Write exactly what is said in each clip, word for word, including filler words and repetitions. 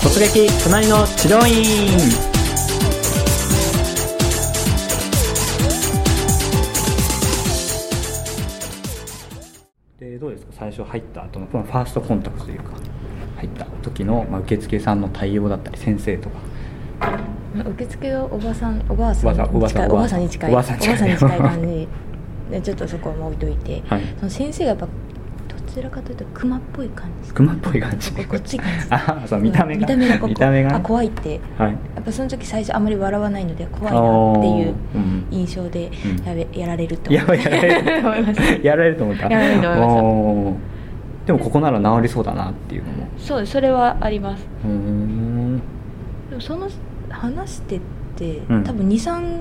突撃隣の治療院。でどうですか、最初入った後のファーストコンタクトというか入った時の、まあ、受付さんの対応だったり先生とか。 受付はおばさんおばあさんおばさんおばあさんに近いおばあさんに近いおばあさんに近い感じでちょっとそこは置いといて、 はい、 その先生がやっぱどちらかというとクマっぽい感じ、 クマっぽい感じ、 こっちい感じあそう見た目が見た目がここ見た目があ怖いって、 はい、 やっぱその時最初あんまり笑わないので怖いなっていう印象でやべ、うん、やられると思いました。 やられると思ったやられると思いました。 でもここなら治りそうだなっていうのも。 そうです、それはあります。 うーん、 でもその話してって、 うん、 多分にさん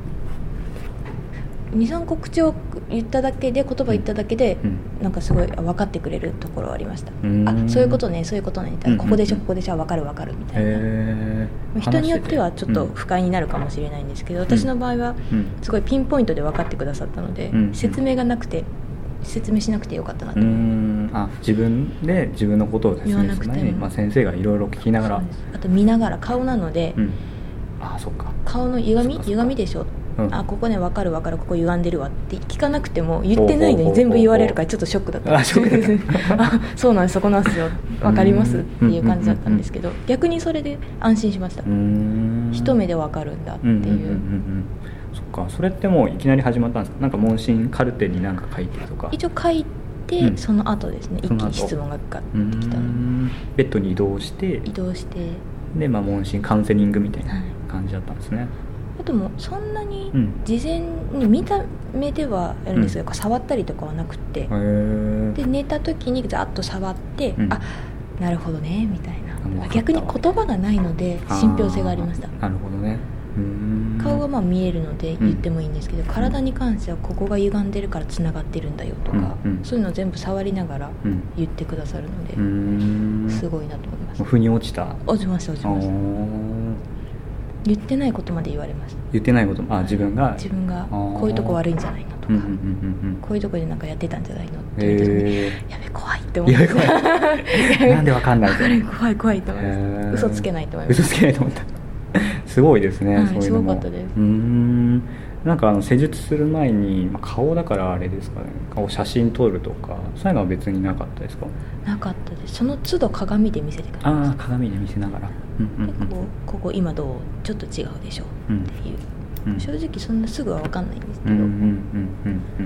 にさんこ口を言っただけで言葉言っただけで、うん、なんかすごい分かってくれるところはありました。あ、そういうことねそういうことねみたいな、ここでしょここでしょ分かる分かるみたいな、えー、人によってはちょっと不快になるかもしれないんですけど、うん、私の場合はすごいピンポイントで分かってくださったので、うん、説明がなくて説明しなくてよかったなと思います。 うーん、あ、自分で自分のことを説明する前に、まあ、先生がいろいろ聞きながら、 あと見ながら顔なので、 うん、あ、そっか、 顔の歪み歪みでしょ、うん、あ、ここね分かる分かるここ歪んでるわって聞かなくても言ってないのに全部言われるからちょっとショックだった。あ、そうなんです、そこなんですよ分かりますっていう感じだったんですけど、逆にそれで安心しました。うーん、一目で分かるんだっていう、うんうんうんうん、 そっか、それってもういきなり始まったんですか？なんか問診カルテに何か書いてとか。 一応書いて、うん、その後ですね、一気に質問がかかってきたのでベッドに移動して移動してで、まあ、問診カウンセリングみたいな感じだったんですね、はい。 あともそんなに事前に見た目ではやるんですけど、うん、触ったりとかはなくて、で寝た時にざっと触って、うん、あ、なるほどねみたいな、逆に言葉がないので信憑性がありました。 なるほどね。うーん、 顔がまあ見えるので言ってもいいんですけど、うん、体に関してはここが歪んでるからつながってるんだよとか、うんうん、そういうのを全部触りながら言ってくださるので、うん、すごいなと思いました。 腑に落ちた？ 落ちました落ちました。言ってないことまで言われました。 言ってないことも、あ、自分が自分がこういうとこ悪いんじゃないのとか、うんうんうんうん、こういうとこでなんかやってたんじゃないのって言われて、えー、やべ怖いって思ってなんでわかんない怖い怖いと思いました、えー、嘘つけないと思いました。 嘘つけないと思ったすごいですね、はい、そういうのもすごかったです。 うーん、なんかあの施術する前に、まあ、顔だからあれですかね、顔写真撮るとかそういうのは別になかったですか？ なかったです。その都度鏡で見せてくれました。 ああ、鏡で見せながら、うんうんうん、 でここ、ここ今どうちょっと違うでしょっていう、うん、正直そんなすぐは分かんないんですけど、うんうんうんうん、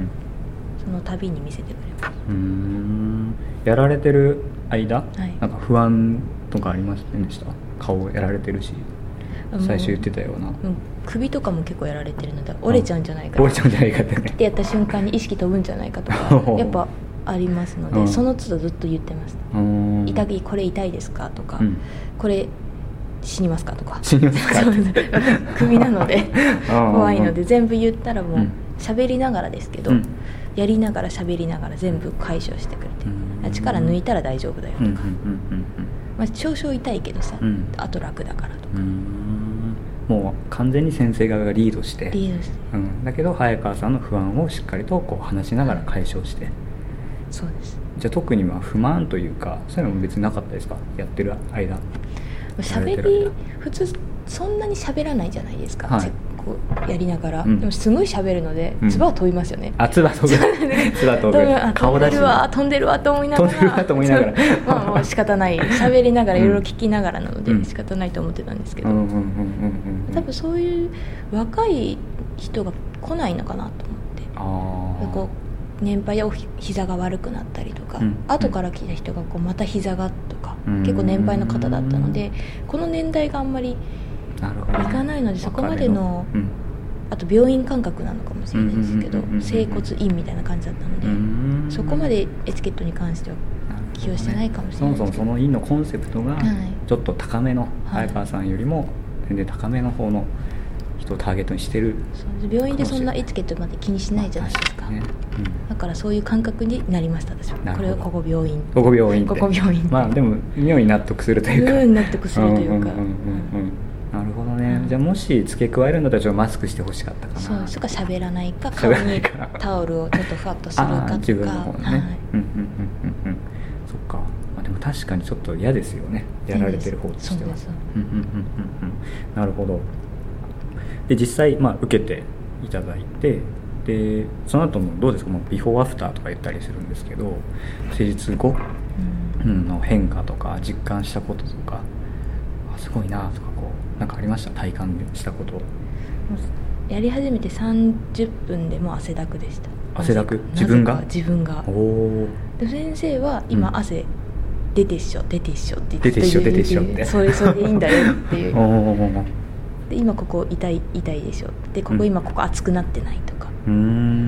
その度に見せてくれます。 うーん、やられてる間、はい、なんか不安とかありませんでした？顔やられてるし最初言ってたような、 うん、首とかも結構やられてるので折れちゃうんじゃないか、 折れちゃうんじゃないかってね、 ピッてやった瞬間に意識飛ぶんじゃないかとかやっぱありますので、うん、その都度ずっと言ってました。痛い、これ痛いですかとか、うん、これ死にますかとか、 死にますか首なので怖いので全部言ったらもう喋りながらですけど、うん、やりながら喋りながら全部解消してくれて、うん、力抜いたら大丈夫だよとか、まあ、少々痛いけどさ、うん、あと楽だからとか、うーん、もう完全に先生側がリードしてリードして、 うん、だけど早川さんの不安をしっかりとこう話しながら解消して、はい、 そうです。 じゃあ特には不満というかそういうのも別になかったですか？やってる間喋り普通そんなに喋らないじゃないですか、はい、こうやりながら、うん、でもすごい喋るので唾は飛びますよね、 うん、あ、唾飛ぶ唾飛ぶ顔出し飛んでるわ飛んでるわと思いながら飛んでるわと思いながらまあもう仕方ない喋りながらいろいろ聞きながらなので、うん、仕方ないと思ってたんですけど、多分そういう若い人が来ないのかなと思って、あこう年配や膝が悪くなったりとか、うん、後から来た人がこうまた膝がとか、うん、結構年配の方だったのでこの年代があんまりいかないので、そこまでの、うん、あと病院感覚なのかもしれないですけど、整骨院みたいな感じだったので、うん、そこまでエチケットに関しては起用してないかもしれないですけど、 そもそもその院のコンセプトがちょっと高めの、はい、早川さんよりも全然高めの方の人をターゲットにしてる。 そう病院でそんなエチケットまで気にしないじゃないですか、ね、うん、だからそういう感覚になりました私は。これはここ病院ここ病院ここ病院、 まあでも妙に納得するというか、 うん、納得するというか、 なるほどね、うん、じゃあもし付け加えるんだったらちょっとマスクしてほしかったかな。 そうそれか喋らないか顔にタオルをちょっとふわっとするかとか、 自分の方のね、はい、うんうんうんうん、そっか、まあ、でも確かにちょっと嫌ですよね、やられてる方としては。うんうんうんうん、なるほど。で実際、まあ、受けていただいて、でその後もどうですか、もうビフォーアフターとか言ったりするんですけど、施術後の変化とか実感したこととか、あすごいなとか、こうなんかありました？体感したこと。 やり始めてさんじゅっぷんでもう汗だくでした。 汗だく？自分が自分がおで先生は今、うん、汗出てっしょ出てっしょって言って、 出てっしょ出てっしょってそれそれでいいんだよっていうで今ここ痛い痛いでしょで、ここ今ここ熱くなってないとか、うん、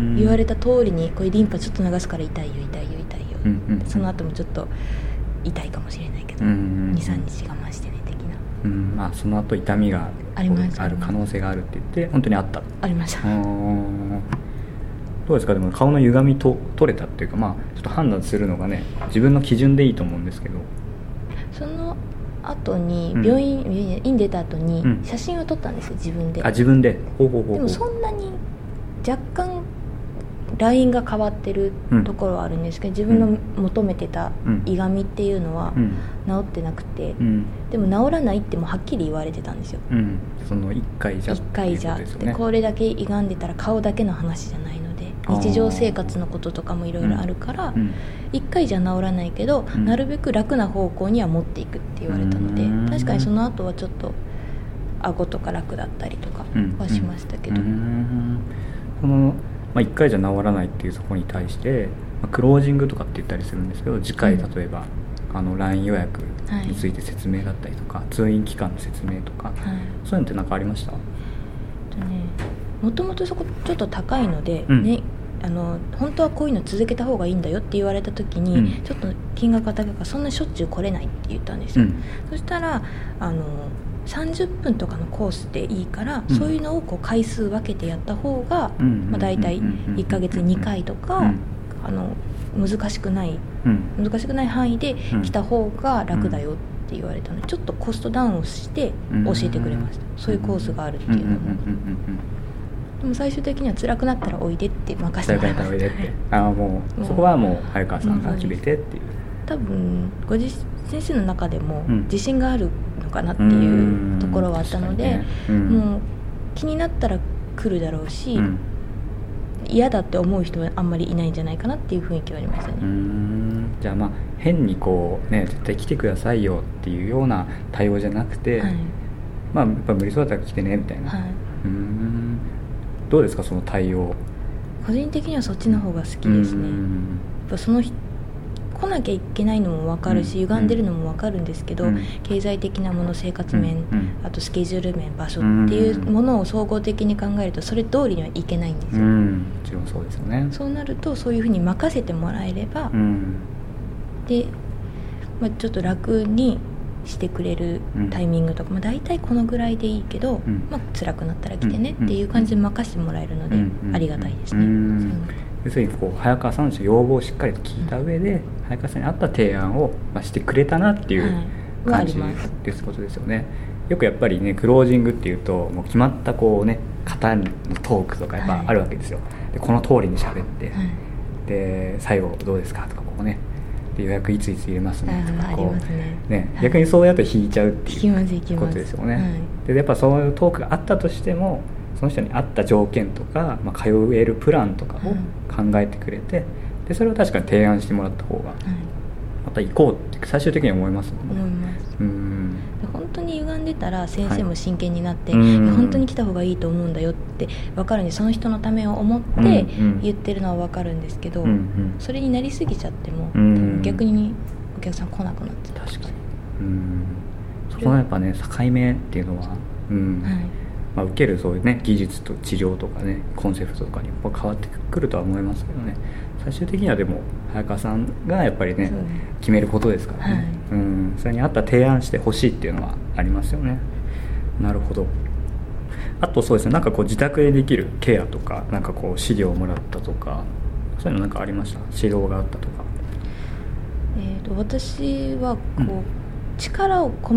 言われた通りにこれリンパちょっと流すから痛いよ痛いよ痛いよ、うんうんうん、その後もちょっと痛いかもしれないけど、うんうんうん、にさんにち我慢してね的な、 うんまあ、その後痛みがあります、ある可能性があるって言って本当にあった。 ありました。 どうですか？でも顔の歪みと取れたっていうか、まあちょっと判断するのがね自分の基準でいいと思うんですけど、 その後に病院、うん、院出た後に写真を撮ったんですよ、自分で。 あ自分で。ほうほうほうほう。 でもそんなに若干ラインが変わってるところはあるんですけど、自分の求めてたいがみっていうのは治ってなくて、うん、でも治らないってもはっきり言われてたんですよ、うん、 そのいっかいじゃいっかいじゃでこれだけ歪んでたら顔だけの話じゃないので、日常生活のこととかもいろいろあるから、うん、いっかいじゃ治らないけど、うん、なるべく楽な方向には持っていくって言われたので、確かにその後はちょっと顎とか楽だったりとかはしましたけど、うんうん、 このまあ、いっかいじゃ治らないっていうそこに対して、まあ、クロージングとかって言ったりするんですけど、次回例えば、うん、あの ライン 予約について説明だったりとか、はい、通院期間の説明とか、はい、そういうのって何かありました？ もともとそこちょっと高いので、うんね、あの本当はこういうの続けた方がいいんだよって言われた時に、うん、ちょっと金額が高いからそんなしょっちゅう来れないって言ったんですよ、うん、そしたらあのさんじゅっぷんとかのコースでいいから、うん、そういうのをこう回数分けてやった方が、うんまあ、大体いっかげつにかいとか、うん、あの難しくない、うん、難しくない範囲で来た方が楽だよって言われたので、ちょっとコストダウンをして教えてくれました、そういうコースがあるっていうのも。でも最終的には辛くなったらおいでって任せてもらいました。 あもうそこはもう早川さんが決めてっていう、 多分ご自先生の中でも自信があるのかなっていうところはあったので、うん、もう気になったら来るだろうし、うん、嫌だって思う人はあんまりいないんじゃないかなっていう雰囲気はありましたね。 うーんじゃあまあ変にこうね絶対来てくださいよっていうような対応じゃなくて、はい、まあやっぱ無理そうだったら来てねみたいな、はい、うーんどうですかその対応？ 個人的にはそっちの方が好きですね。やっぱその人来なきゃいけないのも分かるし、歪んでるのも分かるんですけど、うん、経済的なもの、生活面、うん、あとスケジュール面、場所っていうものを総合的に考えるとそれ通りにはいけないんですよ、うん、 もちろんそうですよね。 そうなるとそういうふうに任せてもらえれば、うん、で、まあ、ちょっと楽にしてくれるタイミングとか、まあ、大体このぐらいでいいけど、うんまあ、辛くなったら来てねっていう感じで任せてもらえるのでありがたいですね、うんうん要するにこう早川さんの要望をしっかりと聞いた上で、うん、早川さんに合った提案を、まあ、してくれたなっていう感じですことですよね。よくやっぱりねクロージングっていうともう決まったこうね型のトークとかやっぱあるわけですよ、はい、でこの通りに喋って、はい、で最後どうですかとかこうねで予約いついつ入れますねとかこう、ねねはい、逆にそうやって引いちゃうっていうことですよね、はい、でやっぱそういうトークがあったとしてもその人に合った条件とか、まあ、通えるプランとかを考えてくれて、うん、でそれを確かに提案してもらった方が、はい、また行こうって最終的には思いますもんね。 思います。うん本当に歪んでたら先生も真剣になって、 はい、 本当に来た方がいいと思うんだよって分かるんでその人のためを思って言ってるのは分かるんですけど、うんうん、それになりすぎちゃっても、うん、逆にお客さん来なくなってた。 確かにうんそこはやっぱね境目っていうのは、うんはいまあ、受けるそういうね技術と治療とかねコンセプトとかにやっぱ変わってくるとは思いますけどね。最終的にはでも早川さんがやっぱり ね, ね決めることですからね、はいうん、それに合った提案してほしいっていうのはありますよね。なるほど。あとそうですねなんかこう自宅でできるケアとかなんかこう資料をもらったとかそういうのなんかありました？指導があったとか。 えーと私はこう、うん、力を込め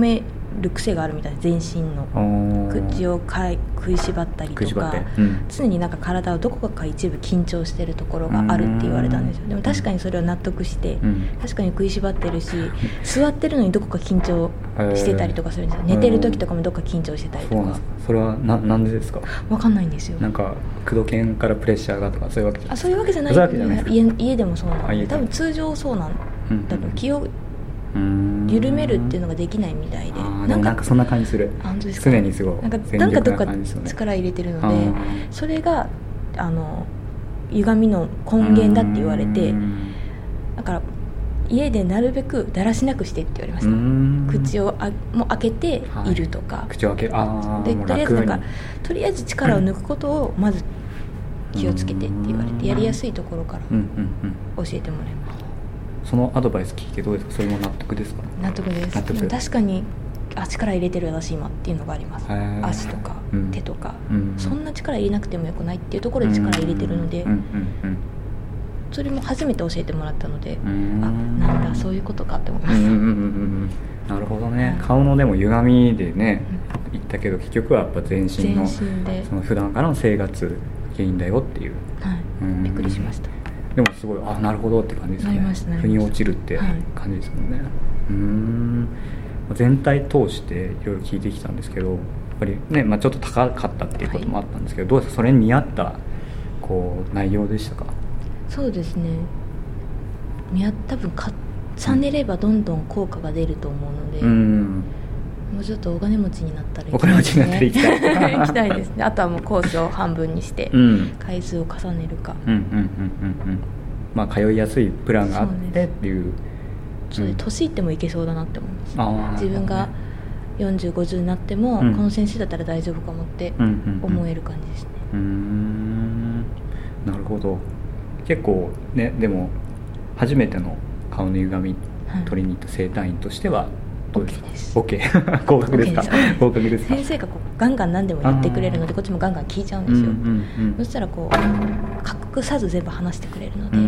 る癖があるみたいな、全身の口をかい食いしばったりとか、うん、常になんか体をどこかか一部緊張してるところがあるって言われたんですよ。でも確かにそれは納得して、うん、確かに食いしばってるし、座ってるのにどこか緊張してたりとかするんですよ。寝てる時とかもどっか緊張してたりとか。 それは な, なんでですか？ 分かんないんですよ。 なんか工藤犬からプレッシャーがとかそういうわけじゃない？あ、そういうわけじゃない。 そういうわけじゃない。家, 家でもそうなんで、多分通常そうなんだと、うん、気を緩めるっていうのができないみたいで、 あ、でもなんかそんな感じする。常にすごいなんかなんかどっか力入れてるので、それがあの歪みの根源だって言われて、だから家でなるべくだらしなくしてって言われました。口をあも開けているとか、 はい、口を開けあでとりあえずなんかとりあえず力を抜くことをまず気をつけてって言われて、やりやすいところから教えてもらいました。 そのアドバイス聞いてどうですか？それも納得ですか？ 納得です。納得。でも確かにあ力入れてる私今っていうのがあります。足とか、うん、手とか、うん、そんな力入れなくてもよくないっていうところで力入れてるので、うんうんうん、それも初めて教えてもらったので、あ、なんだそういうことかって思いました。うんうんうんうん、 なるほどね。顔のでも歪みでね、うん、言ったけど結局はやっぱ全身の全身でその普段からの生活原因だよっていう、 はい、うん、びっくりしました。 でもすごい、あ、なるほどって感じですね。 ね、 腑に落ちるって感じですもんね、はい、うーん、全体通していろいろ聞いてきたんですけど、やっぱりね、まあ、ちょっと高かったっていうこともあったんですけど、はい、どうですか？それに見合ったこう内容でしたか？ そうですね、見合多分重ねればどんどん効果が出ると思うので、うん、もうちょっとお金持ちになったら行きたいですね。お金持ちになったら行きたい行きたいですね。あとはもうコースを半分にして回数を重ねるか、うんうんうんうんうん、 まあ通いやすいプランがあってっていう、 そうで、年いってもいけそうだなって思います。自分がよんじゅう、ごじゅうになっても、うん、この先生だったら大丈夫かもって思える感じですね。 うんうんうん、うーん、なるほど。結構ね、でも初めての顔の歪み取りに行った整体院としてはどうですか？ OK です。OK 合格ですか？ OK 合格ですか？先生がこうガンガン何でも言ってくれるので、こっちもガンガン聞いちゃうんですよ、うんうんうん、そしたらこう隠さず全部話してくれるので、うん、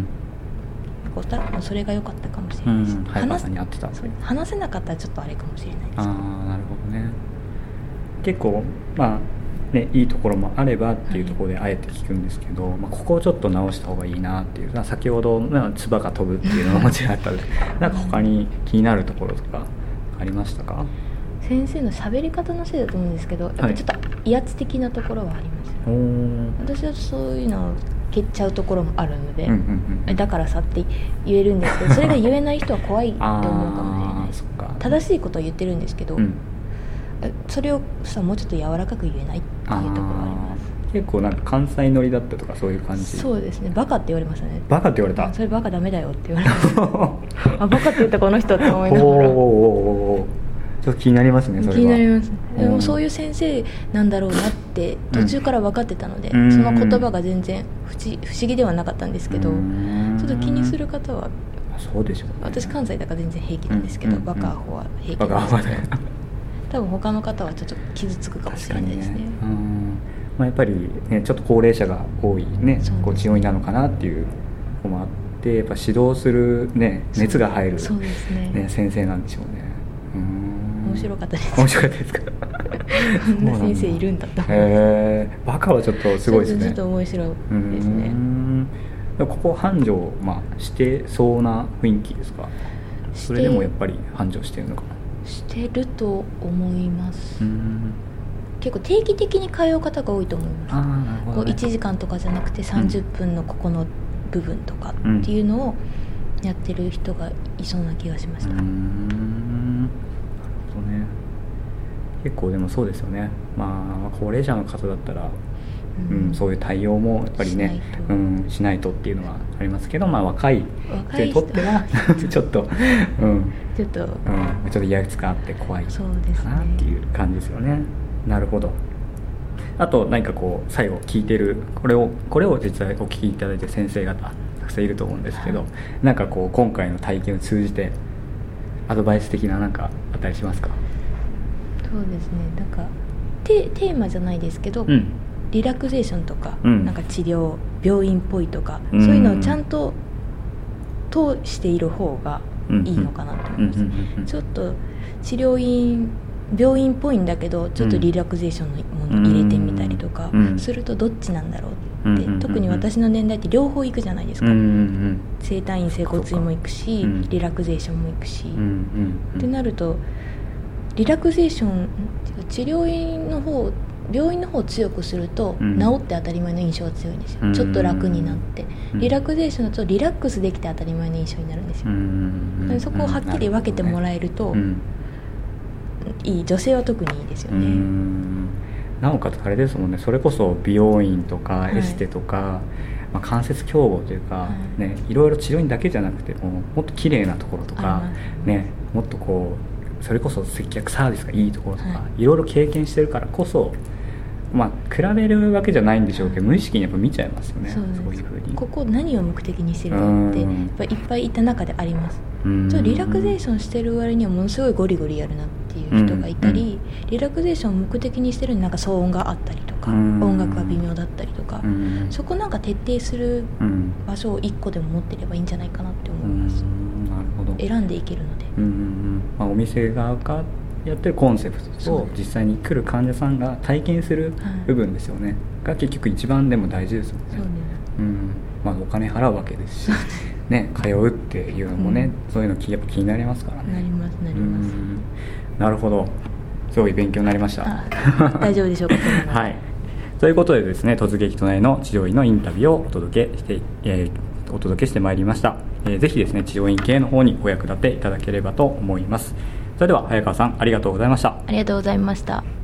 こうそれが良かったかもしれないです、うん、 早川さんに会ってたんですね。 話せなかったらちょっとあれかもしれないですけど、 ああ、なるほどね。結構まあね、いいところもあればっていうところであえて聞くんですけど、はい、まあ、ここをちょっと直した方がいいなっていう、先ほど唾が飛ぶっていうのももちろんあったのでなんか他に気になるところとかありましたか？ 先生の喋り方のせいだと思うんですけど、やっぱちょっと威圧的なところはあります、はい、私はそういうのを蹴っちゃうところもあるので、うんうんうん、だからさって言えるんですけど、それが言えない人は怖いって思うかもしれないです。正しいことを言ってるんですけど、うん、それをさもうちょっと柔らかく言えないっていうところがあります。 結構なんか関西乗りだったとかそういう感じ？ そうですね、バカって言われましたね。 バカって言われた？ それバカダメだよって言われましたあ、バカって言ったこの人って思いながらおーおーおー、ちょっと気になりますね。それは気になります。でもそういう先生なんだろうなって途中から分かってたので、うん、その言葉が全然不思議ではなかったんですけど、ちょっと気にする方はそうでしょう、ね、 私関西だから全然平気なんですけど、うんうんうん、バカアホは平気なんですけど、多分他の方はちょっと傷つくかもしれないですね。ね、うん、 まあ、やっぱり、ね、ちょっと高齢者が多い、ね、こう強いなのかなっていうのもあって、やっぱ指導する、ね、熱が入る、 そうですね、 ね、先生なんでしょうね。 うーん、面白かったです。 面白かったですか？ そんな先生いるんだと思って、 えー、バカはちょっとすごいですね。 ちょっと面白いですね。うーん、 ここ繁盛、まあ、してそうな雰囲気ですか？それでもやっぱり繁盛してるのかな？ してると思います。うん、結構定期的に通う方が多いと思います。あ、なるほどね、こういちじかんとかじゃなくてさんじゅっぷんのここの部分とかっていうのをやってる人がいそうな気がしました。うーん、 なるほどね。結構でもそうですよね、まあ、高齢者の方だったら、うんうん、そういう対応もやっぱりね、しないと、うん、しないとっていうのはありますけど、まあ、若い人にとってはちょっと、うん、 ちょっと、うん、 ちょっと威圧があって怖いかなっていう感じですよね。なるほど。あと何かこう最後聞いてるこれをこれを実はお聞きいただいて先生方たくさんいると思うんですけど、はい、なんかこう今回の体験を通じてアドバイス的な何かあったりしますか？ そうですね、なんか テ, テーマじゃないですけど、うん、リラクゼーションとか、うん、なんか治療病院っぽいとか、うん、そういうのをちゃんと通している方がいいのかなと思います。ちょっと治療院病院っぽいんだけどちょっとリラクゼーションのもの入れてみたりとかするとどっちなんだろうって、特に私の年代って両方行くじゃないですか。整体院整骨院も行くしリラクゼーションも行くし、ってなるとリラクゼーション治療院の方病院の方を強くすると、うん、治って当たり前の印象が強いんですよ、うん、ちょっと楽になって、うん、リラクゼーションだとリラックスできて当たり前の印象になるんですよ、うん、そこをはっきり分けてもらえると、うん、いい女性は特にいいですよね。うん、 なおかつあれですもんね、それこそ美容院とかエステとか、はい、まあ、関節矯合というか、はいね、いろいろ治療院だけじゃなくてももっと綺麗なところとか、ね、もっとこうそれこそ接客サービスがいいところとか、はい、いろいろ経験してるからこそ、まあ、比べるわけじゃないんでしょうけど無意識にやっぱ見ちゃいますよね。そうです。そういう風にここ何を目的にしてるかってやっぱいっぱいいた中であります。ちょっとリラクゼーションしてる割にはものすごいゴリゴリやるなっていう人がいたり、うんうん、リラクゼーションを目的にしてるのになんか騒音があったりとか、うん、音楽が微妙だったりとか、うん、そこなんか徹底する場所をいっこでも持ってればいいんじゃないかなって思います、うん、なるほど。選んでいけるので、うんうん、 まあ、お店側がやってるコンセプトと実際に来る患者さんが体験する部分ですよね、はい、が結局一番でも大事ですもんね。そうです、うん、まあ、お金払うわけですしね、通うっていうのもね、うん、そういうのやっぱ気になりますからね。 なりますなります。 なるほど、すごい勉強になりました。 大丈夫でしょうかはい、ということでですね、突撃隣の治療院のインタビューをお届けして、えー、お届けしてまいりました、えー、ぜひですね治療院系の方にお役立ていただければと思います。それでは早川さん、ありがとうございました。 ありがとうございました。